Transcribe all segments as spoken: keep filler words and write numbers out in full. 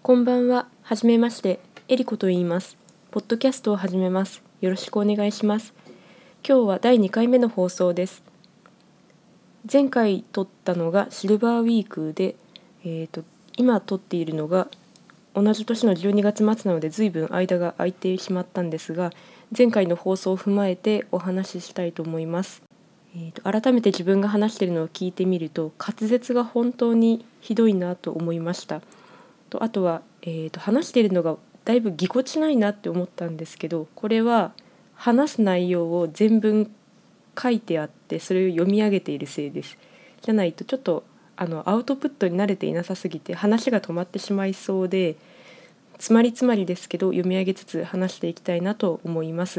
こんばんは。はじめまして。えりこと言います。ポッドキャストを始めます。よろしくお願いします。今日はだいにかいめの放送です。前回撮ったのがシルバーウィークで、えーと、今撮っているのが同じ年のじゅうにがつ末なので随分間が空いてしまったんですが、前回の放送を踏まえてお話ししたいと思います。えーと、改めて自分が話しているのを聞いてみると滑舌が本当にひどいなと思いました。とあとは、えー、と話しているのがだいぶぎこちないなって思ったんですけど、これは話す内容を全文書いてあってそれを読み上げているせいです。じゃないとちょっとあのアウトプットに慣れていなさすぎて話が止まってしまいそうで、つまりつまりですけど読み上げつつ話していきたいなと思います。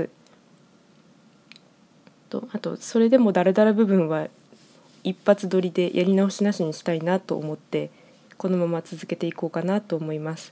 とあとそれでもダラダラ部分は一発撮りでやり直しなしにしたいなと思ってこのまま続けていこうかなと思います。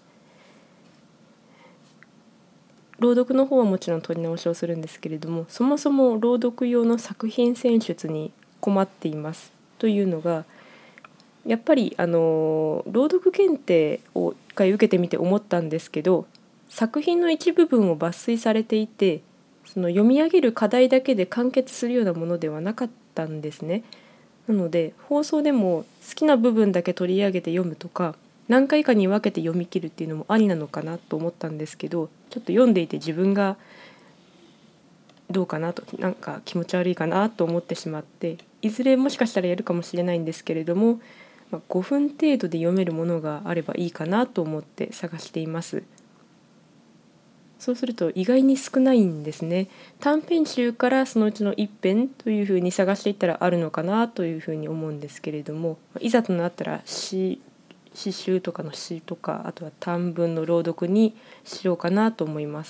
朗読の方はもちろん撮り直しをするんですけれども、そもそも朗読用の作品選出に困っています。というのがやっぱりあの朗読検定を一回受けてみて思ったんですけど、作品の一部分を抜粋されていて、その読み上げる課題だけで完結するようなものではなかったんですね。なので放送でも好きな部分だけ取り上げて読むとか何回かに分けて読み切るっていうのもありなのかなと思ったんですけど、ちょっと読んでいて自分がどうかなと、なんか気持ち悪いかなと思ってしまって、いずれもしかしたらやるかもしれないんですけれども、まあ、ごふん程度で読めるものがあればいいかなと思って探しています。そうすると意外に少ないんですね。短編集からそのうちの一編というふうに探していったらあるのかなというふうに思うんですけれども、いざとなったら詩詩集とかの詩とか、あとは短文の朗読にしようかなと思います。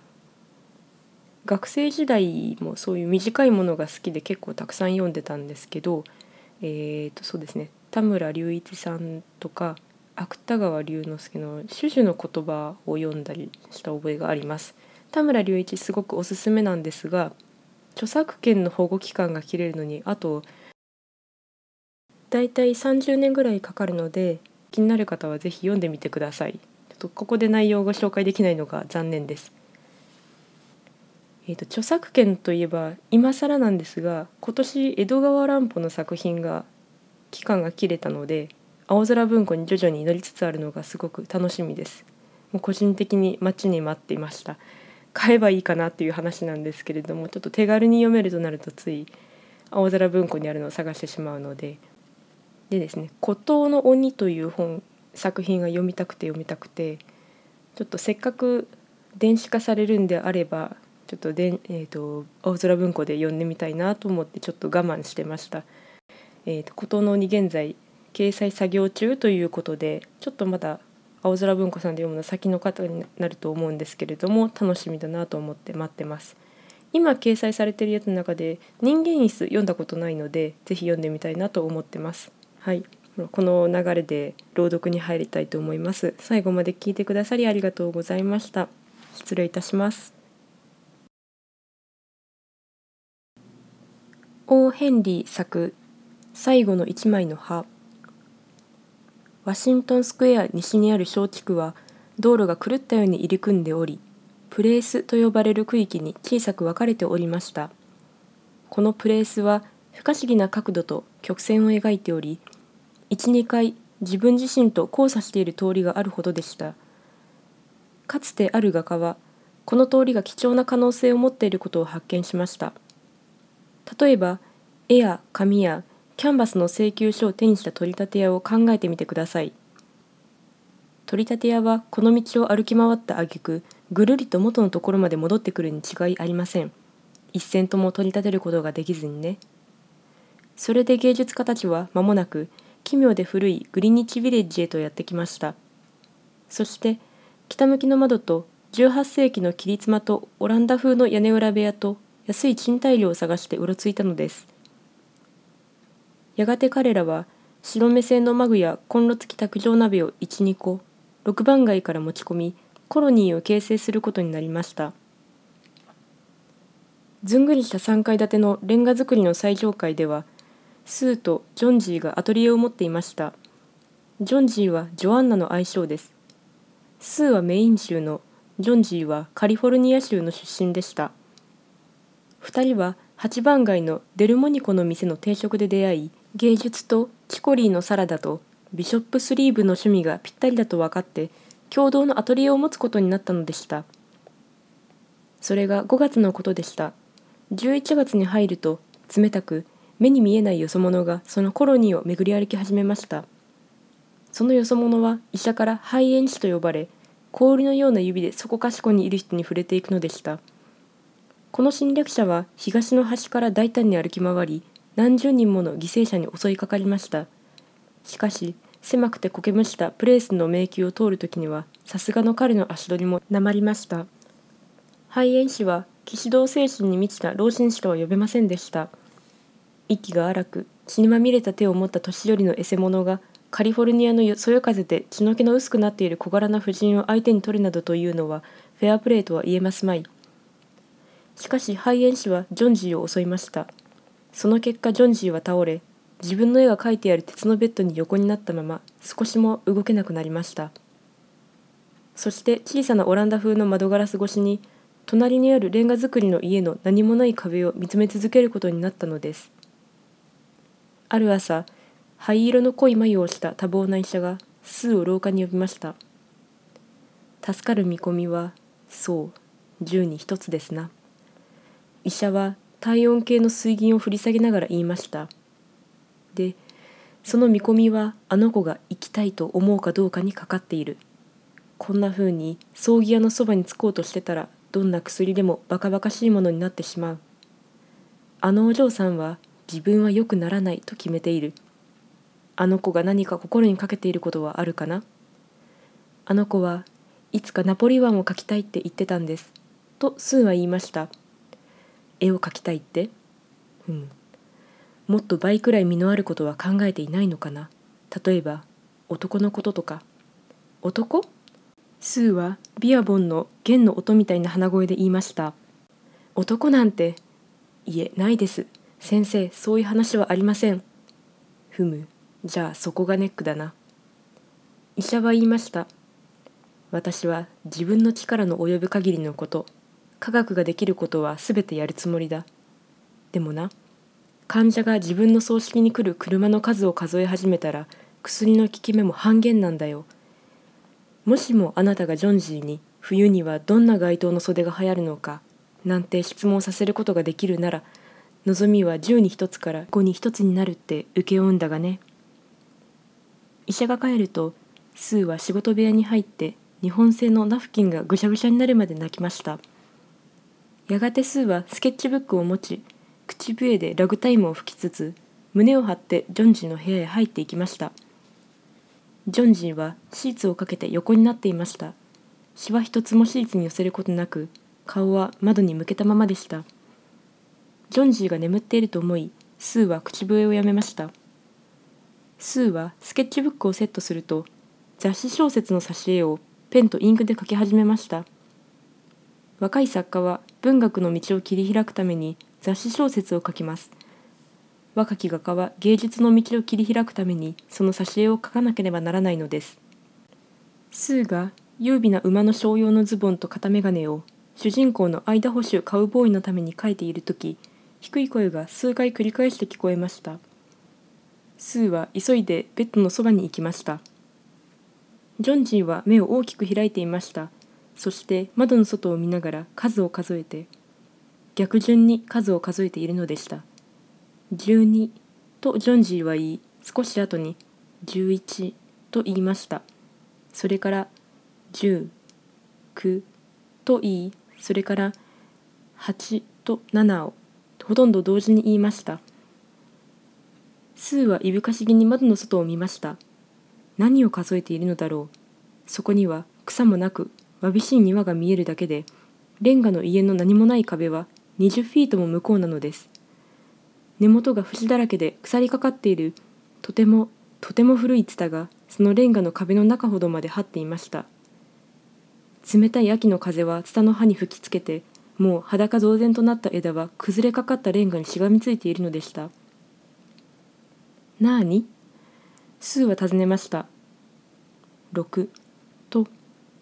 学生時代もそういう短いものが好きで結構たくさん読んでたんですけど、えーとそうですね、田村隆一さんとか芥川龍之介の種々の言葉を読んだりした覚えがあります。田村隆一すごくおすすめなんですが、著作権の保護期間が切れるのにあとだいたいさんじゅうねんぐらいかかるので、気になる方はぜひ読んでみてください。ちょっとここで内容をご紹介できないのが残念です。えーと、著作権といえば今更なんですが、今年江戸川乱歩の作品が期間が切れたので青空文庫に徐々に乗りつつあるのがすごく楽しみです。もう個人的に待ちに待っていました。買えばいいかなっていう話なんですけれども、ちょっと手軽に読めるとなるとつい青空文庫にあるのを探してしまうので、でですね、孤島の鬼という本作品が読みたくて読みたくて、ちょっとせっかく電子化されるんであればちょっとで、えーと、青空文庫で読んでみたいなと思ってちょっと我慢してました。えーと、孤島の鬼現在掲載作業中ということで、ちょっとまだ青空文庫さんで読むの先の方になると思うんですけれども、楽しみだなと思って待ってます。今掲載されているやつの中で人間椅子読んだことないのでぜひ読んでみたいなと思ってます。はい、この流れで朗読に入りたいと思います。最後まで聞いてくださりありがとうございました。失礼いたします。オー・ヘンリー作最後の一枚の葉。ワシントンスクエア西にある小地区は道路が狂ったように入り組んでおり、プレースと呼ばれる区域に小さく分かれておりました。このプレースは不可思議な角度と曲線を描いており、いち、にかい自分自身と交差している通りがあるほどでした。かつてある画家はこの通りが貴重な可能性を持っていることを発見しました。例えば絵や紙やキャンバスの請求書を手にした取り立て屋を考えてみてください。取り立て屋はこの道を歩き回った挙句、ぐるりと元のところまで戻ってくるに違いありません。一銭とも取り立てることができずにね。それで芸術家たちは間もなく奇妙で古いグリニッチヴィレッジへとやってきました。そして北向きの窓とじゅうはっせいきの切妻とオランダ風の屋根裏部屋と安い賃貸料を探してうろついたのです。やがて彼らは白目製のマグやコンロ付き卓上鍋をいち、にころくばん街から持ち込みコロニーを形成することになりました。ずんぐりしたさんかい建てのレンガ造りの最上階ではスーとジョンジーがアトリエを持っていました。ジョンジーはジョアンナの愛称です。 スーはメイン州の、ジョンジーはカリフォルニア州の出身でした。二人は八番街のデルモニコの店の定食で出会い、芸術とチコリーのサラダとビショップスリーブの趣味がぴったりだと分かって共同のアトリエを持つことになったのでした。それがごがつのことでした。じゅういちがつに入ると冷たく目に見えないよそ者がそのコロニーを巡り歩き始めました。そのよそ者は医者から肺炎師と呼ばれ、氷のような指でそこかしこにいる人に触れていくのでした。この侵略者は東の端から大胆に歩き回り、何十人もの犠牲者に襲いかかりました。しかし狭くて苔むしたプレースの迷宮を通るときにはさすがの彼の足取りもなまりました。肺炎師は騎士道精神に満ちた老紳士とは呼べませんでした。息が荒く血にまみれた手を持った年寄りのエセ者がカリフォルニアのそよ風で血の気の薄くなっている小柄な婦人を相手に取るなどというのはフェアプレーとは言えますまい。しかし肺炎師はジョンジーを襲いました。その結果ジョンジーは倒れ、自分の絵が描いてある鉄のベッドに横になったまま少しも動けなくなりました。そして小さなオランダ風の窓ガラス越しに隣にあるレンガ造りの家の何もない壁を見つめ続けることになったのです。ある朝、灰色の濃い眉をした多忙な医者がスーを廊下に呼びました。助かる見込みは、そう、十に一つですな。医者は体温計の水銀を振り下げながら言いました。で、その見込みはあの子が生きたいと思うかどうかにかかっている。こんな風に葬儀屋のそばにつこうとしてたら、どんな薬でもバカバカしいものになってしまう。あのお嬢さんは自分は良くならないと決めている。あの子が何か心にかけていることはあるかな。あの子はいつかナポリ湾を描きたいって言ってたんです。とスーは言いました。絵を描きたいって？うん。もっと倍くらい身のあることは考えていないのかな。例えば男のこととか。男？スーはビアボンの弦の音みたいな鼻声で言いました。男なんて、いえ、ないです。先生、そういう話はありません。ふむ、じゃあそこがネックだな。医者は言いました。私は自分の力の及ぶ限りのこと、科学ができることはすべてやるつもりだ。でもな、患者が自分の葬式に来る車の数を数え始めたら、薬の効き目も半減なんだよ。もしもあなたがジョンジーに冬にはどんな街灯の袖が流行るのかなんて質問させることができるなら、望みは十に一つから五に一つになるって請け負うんだがね。医者が帰るとスーは仕事部屋に入って日本製のナフキンがぐしゃぐしゃになるまで泣きました。やがてスーはスケッチブックを持ち、口笛でラグタイムを吹きつつ胸を張ってジョンジーの部屋へ入っていきました。ジョンジーはシーツをかけて横になっていました。しわ一つもシーツに寄せることなく、顔は窓に向けたままでした。ジョンジーが眠っていると思い、スーは口笛をやめました。スーはスケッチブックをセットすると、雑誌小説の挿絵をペンとインクで書き始めました。若い作家は文学の道を切り開くために雑誌小説を書きます。若き画家は芸術の道を切り開くためにその挿絵を描かなければならないのです。スーが優美な馬の商用のズボンと肩眼鏡を主人公のアイダホ州カウボーイのために描いているとき、低い声が数回繰り返して聞こえました。スーは急いでベッドのそばに行きました。ジョンジーは目を大きく開いていました。そして窓の外を見ながら数を数えて、逆順に数を数えているのでした。じゅうにとジョンジーは言い、少し後にじゅういちと言いました。それからじゅう、きゅうと言い、それからはちとななをほとんど同時に言いました。スーはいぶかしげに窓の外を見ました。何を数えているのだろう。そこには草もなく、わびしい庭が見えるだけで、レンガの家の何もない壁はにじゅうフィートも向こうなのです。根元が節だらけで腐りかかっているとてもとても古いツタがそのレンガの壁の中ほどまで張っていました。冷たい秋の風はツタの葉に吹きつけて、もう裸同然となった枝は崩れかかったレンガにしがみついているのでした。なあに？スーは尋ねました。ろくと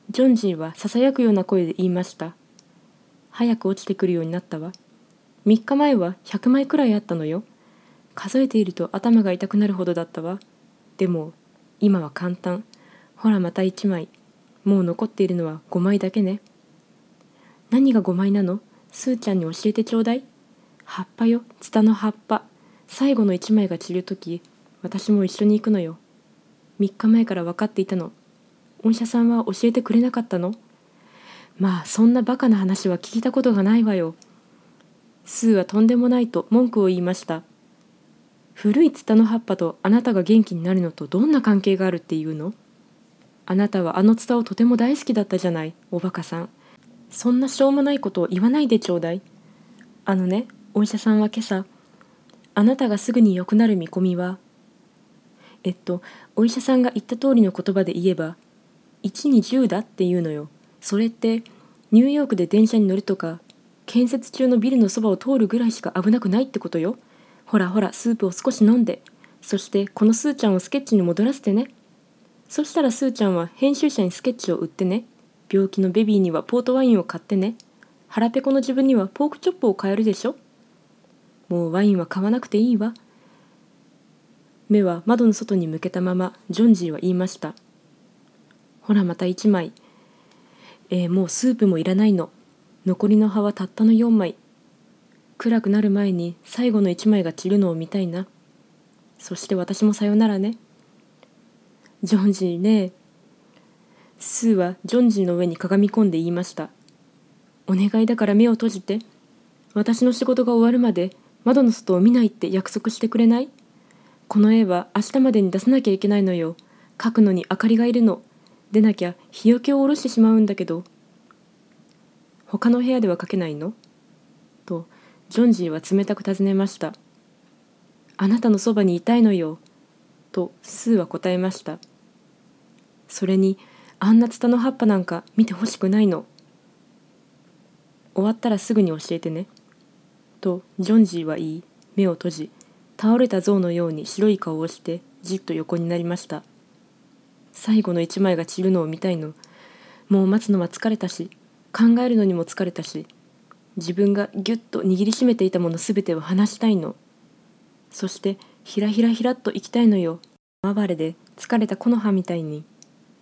ジョンジーはささやくような声で言いました。早く落ちてくるようになったわ。みっかまえはひゃくまいくらいあったのよ。数えていると頭が痛くなるほどだったわ。でも今は簡単。ほらまたいちまい。もう残っているのはごまいだけね。何がごまいなの？スーちゃんに教えてちょうだい。葉っぱよ、ツタの葉っぱ。最後のいちまいが散るとき、私も一緒に行くのよ。みっかまえから分かっていたの。お医者さんは教えてくれなかったの？まあそんなバカな話は聞いたことがないわよ。スーはとんでもないと文句を言いました。古いツタの葉っぱとあなたが元気になるのとどんな関係があるっていうの？あなたはあのツタをとても大好きだったじゃない、おバカさん。そんなしょうもないことを言わないでちょうだい。あのね、お医者さんは今朝、あなたがすぐに良くなる見込みは、えっと、お医者さんが言った通りの言葉で言えば、いちにじゅうだっていうのよ。それって、ニューヨークで電車に乗るとか、建設中のビルのそばを通るぐらいしか危なくないってことよ。ほらほら、スープを少し飲んで、そしてこのスーちゃんをスケッチに戻らせてね。そしたらスーちゃんは編集者にスケッチを売ってね。病気のベビーにはポートワインを買ってね。腹ペコの自分にはポークチョップを買えるでしょ。もうワインは買わなくていいわ。目は窓の外に向けたままジョンジーは言いました。ほらまたいちまい。えー、もうスープもいらないの。残りの葉はたったのよんまい。暗くなる前に最後のいちまいが散るのを見たいな。そして私もさよならね。ジョンジーね。スーはジョンジーの上にかがみ込んで言いました。お願いだから目を閉じて。私の仕事が終わるまで窓の外を見ないって約束してくれない？この絵は明日までに出さなきゃいけないのよ。描くのに明かりがいるの。でなきゃ日よけを下ろしてしまうんだけど。他の部屋では描けないの？とジョンジーは冷たく尋ねました。あなたのそばにいたいのよ。とスーは答えました。それにあんなツタの葉っぱなんか見てほしくないの。終わったらすぐに教えてね。とジョンジーは言い、目を閉じ、倒れた象のように白い顔をしてじっと横になりました。最後の一枚が散るのを見たいの。もう待つのは疲れたし、考えるのにも疲れたし、自分がぎゅっと握りしめていたものすべてを離したいの。そしてひらひらひらっと生きたいのよ。まばれで疲れた木の葉みたいに。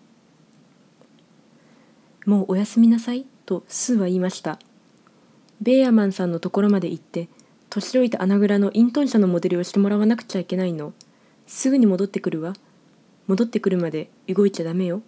もうおやすみなさいとスーは言いました。ベーアマンさんのところまで行って年老いた穴蔵のイントン車のモデルをしてもらわなくちゃいけないの。すぐに戻ってくるわ。戻ってくるまで動いちゃダメよ。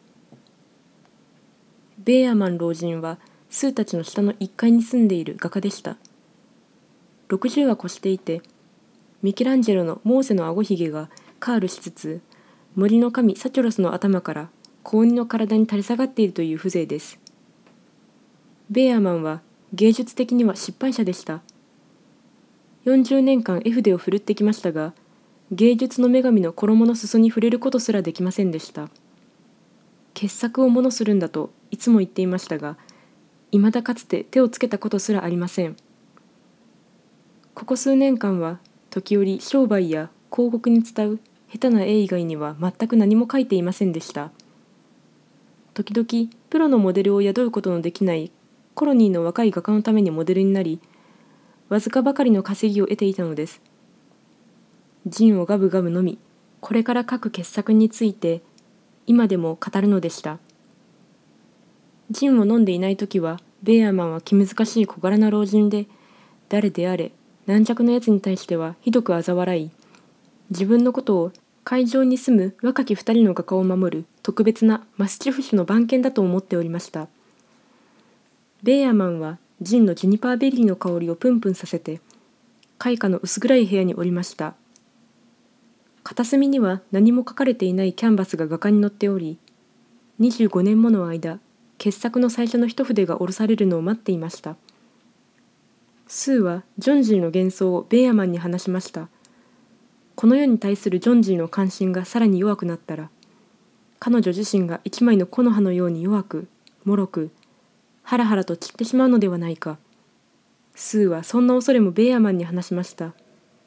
ベーアマン老人はスーたちの下のいっかいに住んでいる画家でした。ろくじゅうは越していて、ミケランジェロのモーセのあごひげがカールしつつ、森の神サチョロスの頭から高2の体に垂れ下がっているという風情です。ベーアマンは芸術的には失敗者でした。よんじゅうねんかん絵筆を振るってきましたが、芸術の女神の衣の裾に触れることすらできませんでした。傑作をものするんだといつも言っていましたが、いまだかつて手をつけたことすらありません。ここ数年間は時折商売や広告に伝う下手な絵以外には全く何も描いていませんでした。時々プロのモデルを雇うことのできないコロニーの若い画家のためにモデルになり、わずかばかりの稼ぎを得ていたのです。ジンをガブガブ飲み、これから書く傑作について今でも語るのでした。ジンを飲んでいないときはベーアマンは気難しい小柄な老人で、誰であれ軟弱なやつに対してはひどく嘲笑い、自分のことを会場に住む若き二人の画家を守る特別なマスチフ種の番犬だと思っておりました。ベーアマンはジンのジュニパーベリーの香りをプンプンさせて、開花の薄暗い部屋におりました。片隅には何も書かれていないキャンバスが画家に載っており、にじゅうごねんもの間、傑作の最初の一筆が下ろされるのを待っていました。スーはジョンジーの幻想をベーアマンに話しました。この世に対するジョンジーの関心がさらに弱くなったら、彼女自身が一枚の木の葉のように弱く、脆く、ハラハラと散ってしまうのではないか。スーはそんな恐れもベーアマンに話しました。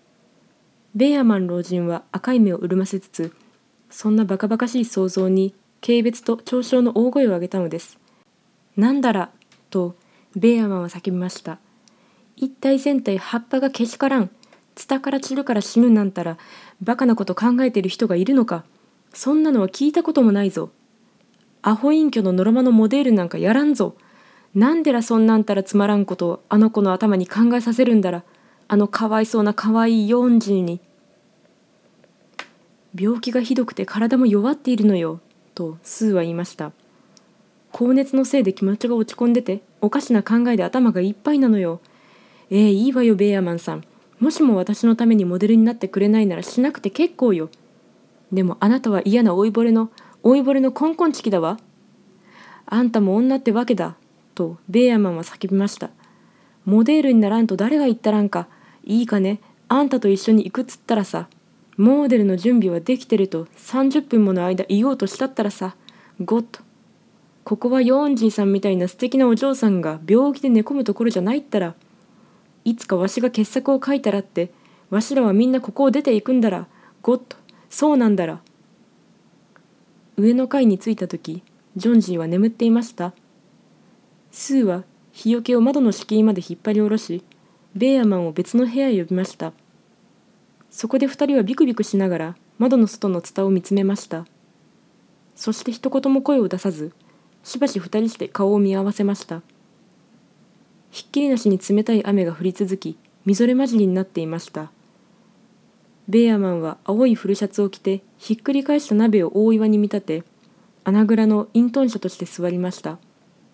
ベーアマン老人は赤い目を潤ませつつ、そんなバカバカしい想像に軽蔑と嘲笑の大声を上げたのです。なんだらとベーアマンは叫びました。一体全体葉っぱがけしからん。ツタから散るから死ぬなんたらバカなこと考えている人がいるのか。そんなのは聞いたこともないぞ。アホ隠居のノロマのモデールなんかやらんぞ。なんでらそんなんたらつまらんことをあの子の頭に考えさせるんだら。あのかわいそうなかわいいヨンジーに。病気がひどくて体も弱っているのよとスーは言いました。高熱のせいで気持ちが落ち込んでておかしな考えで頭がいっぱいなのよ。えー、いいわよベーアマンさん。もしも私のためにモデルになってくれないならしなくて結構よ。でもあなたは嫌な老いぼれの老いぼれのコンコンチキだわ。あんたも女ってわけだとベーアマンは叫びました。モデルにならんと誰が言ったらんか。いいかね、あんたと一緒に行くっつったらさ、モーデルの準備はできてるとさんじゅっぷんもの間言おうとしたったらさ、ゴッとここはヨーンジーさんみたいな素敵なお嬢さんが病気で寝込むところじゃないったら、いつかわしが傑作を書いたらってわしらはみんなここを出ていくんだら、ゴッとそうなんだら。上の階に着いた時ジョンジーは眠っていました。スーは日よけを窓の敷居まで引っ張り下ろし、ベーアマンを別の部屋へ呼びました。そこで二人はビクビクしながら窓の外のツタを見つめました。そして一言も声を出さず、しばし二人して顔を見合わせました。ひっきりなしに冷たい雨が降り続き、みぞれ混じりになっていました。ベーアマンは青いフルシャツを着て、ひっくり返した鍋を大岩に見立て、穴蔵の隠遁者として座りました。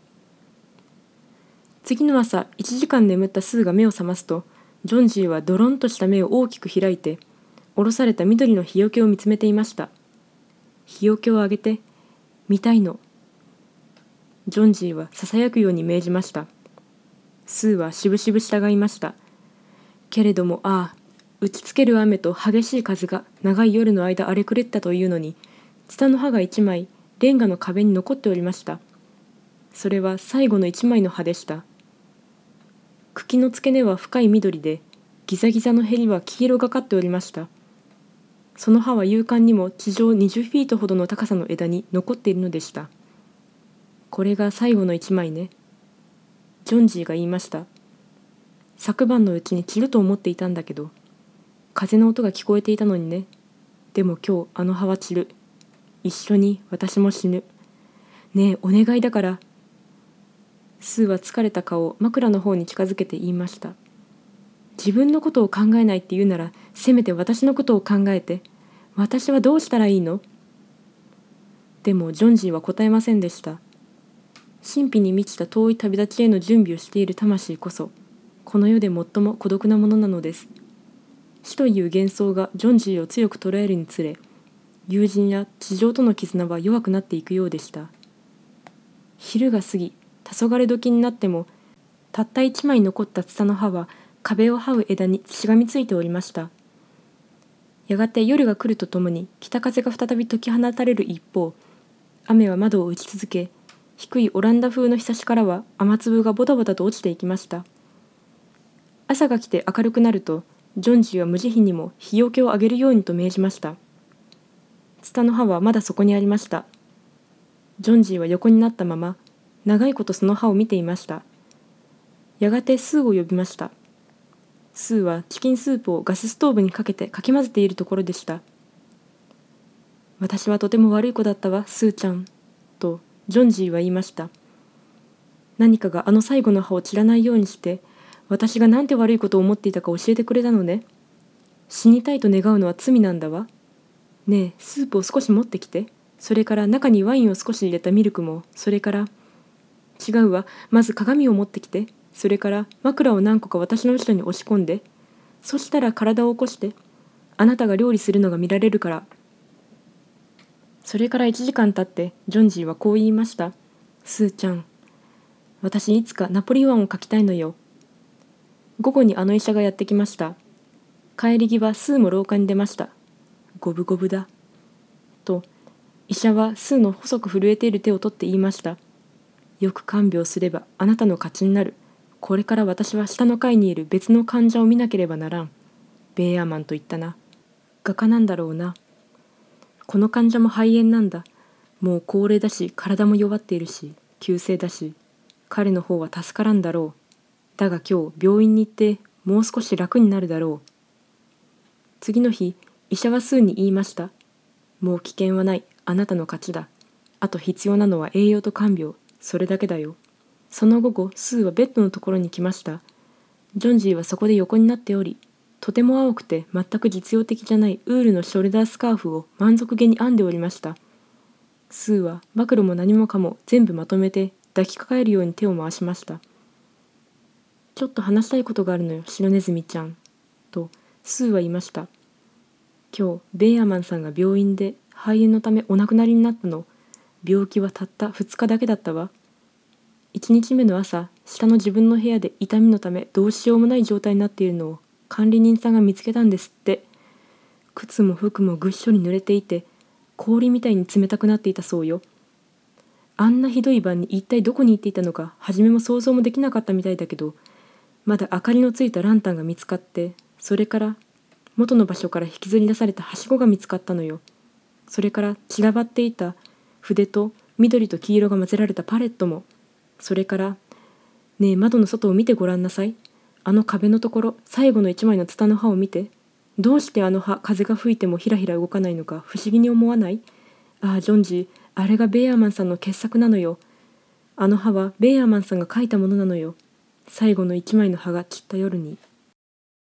次の朝、いちじかん眠ったスーが目を覚ますと、ジョンジーはドロンとした目を大きく開いて、下ろされた緑の日よけを見つめていました。日よけをあげて、見たいの。ジョンジーはささやくように命じました。スーはしぶしぶ従いました。けれども、ああ、打ちつける雨と激しい風が長い夜の間荒れ狂ったというのに、ツタの葉が一枚、レンガの壁に残っておりました。それは最後の一枚の葉でした。茎の付け根は深い緑で、ギザギザのへりは黄色がかっておりました。その葉は勇敢にも地上にじゅうフィートほどの高さの枝に残っているのでした。これが最後の一枚ね。ジョンジーが言いました。昨晩のうちに散ると思っていたんだけど、風の音が聞こえていたのにね。でも今日あの葉は散る。一緒に私も死ぬ。ねえ、お願いだから。スーは疲れた顔を枕の方に近づけて言いました。自分のことを考えないって言うなら、せめて私のことを考えて。私はどうしたらいいの？でもジョンジーは答えませんでした。神秘に満ちた遠い旅立ちへの準備をしている魂こそ、この世で最も孤独なものなのです。死という幻想がジョンジーを強く捉えるにつれ、友人や地上との絆は弱くなっていくようでした。昼が過ぎ、黄昏時になっても、たった一枚残ったツタの葉は壁を這う枝にしがみついておりました。やがて夜が来るとともに北風が再び解き放たれる一方、雨は窓を打ち続け、低いオランダ風のひさしからは雨粒がボタボタと落ちていきました。朝が来て明るくなると、ジョンジーは無慈悲にも日よけをあげるようにと命じました。ツタの葉はまだそこにありました。ジョンジーは横になったまま、長いことその葉を見ていました。やがてスーを呼びました。スーはチキンスープをガスストーブにかけてかき混ぜているところでした。私はとても悪い子だったわ、スーちゃん、とジョンジーは言いました。何かがあの最後の葉を散らないようにして、私がなんて悪いことを思っていたか教えてくれたのね。死にたいと願うのは罪なんだわ。ねえ、スープを少し持ってきて。それから中にワインを少し入れたミルクも、それから、違うわ、まず鏡を持ってきて。それから枕を何個か私の後ろに押し込んで。そしたら体を起こして。あなたが料理するのが見られるから。それからいちじかん経ってジョンジーはこう言いました。スーちゃん、私いつかナポリワンを描きたいのよ。午後にあの医者がやってきました。帰り際スーも廊下に出ました。ゴブゴブだ。と、医者はスーの細く震えている手を取って言いました。よく看病すればあなたの勝ちになる。これから私は下の階にいる別の患者を見なければならん。ベーアマンと言ったな。画家なんだろうな。この患者も肺炎なんだ。 もう高齢だし体も弱っているし急性だし彼の方は助からんだろう。だが今日病院に行ってもう少し楽になるだろう。次の日医者はスーに言いました。もう危険はない。あなたの勝ちだ。あと必要なのは栄養と看病。それだけだよ。その午後スーはベッドのところに来ました。ジョンジーはそこで横になっており、とても青くて全く実用的じゃないウールのショルダースカーフを満足げに編んでおりました。スーは暴露も何もかも全部まとめて抱きかかえるように手を回しました。ちょっと話したいことがあるのよ、白ネズミちゃん。とスーは言いました。今日ベイアマンさんが病院で肺炎のためお亡くなりになったの。病気はたったふつかだけだったわ。いちにちめの朝、下の自分の部屋で痛みのためどうしようもない状態になっているのを管理人さんが見つけたんですって。靴も服もぐっしょり濡れていて、氷みたいに冷たくなっていたそうよ。あんなひどい晩に一体どこに行っていたのか初めも想像もできなかったみたいだけど、まだ明かりのついたランタンが見つかって、それから元の場所から引きずり出されたはしごが見つかったのよ。それから散らばっていた筆と緑と黄色が混ぜられたパレットも。それからねえ、窓の外を見てごらんなさい。あの壁のところ、最後の一枚のツタの葉を見て。どうしてあの葉、風が吹いてもひらひら動かないのか不思議に思わない？ああ、ジョンジー、あれがベイアーマンさんの傑作なのよ。あの葉はベイアーマンさんが描いたものなのよ。最後の一枚の葉が散った夜に。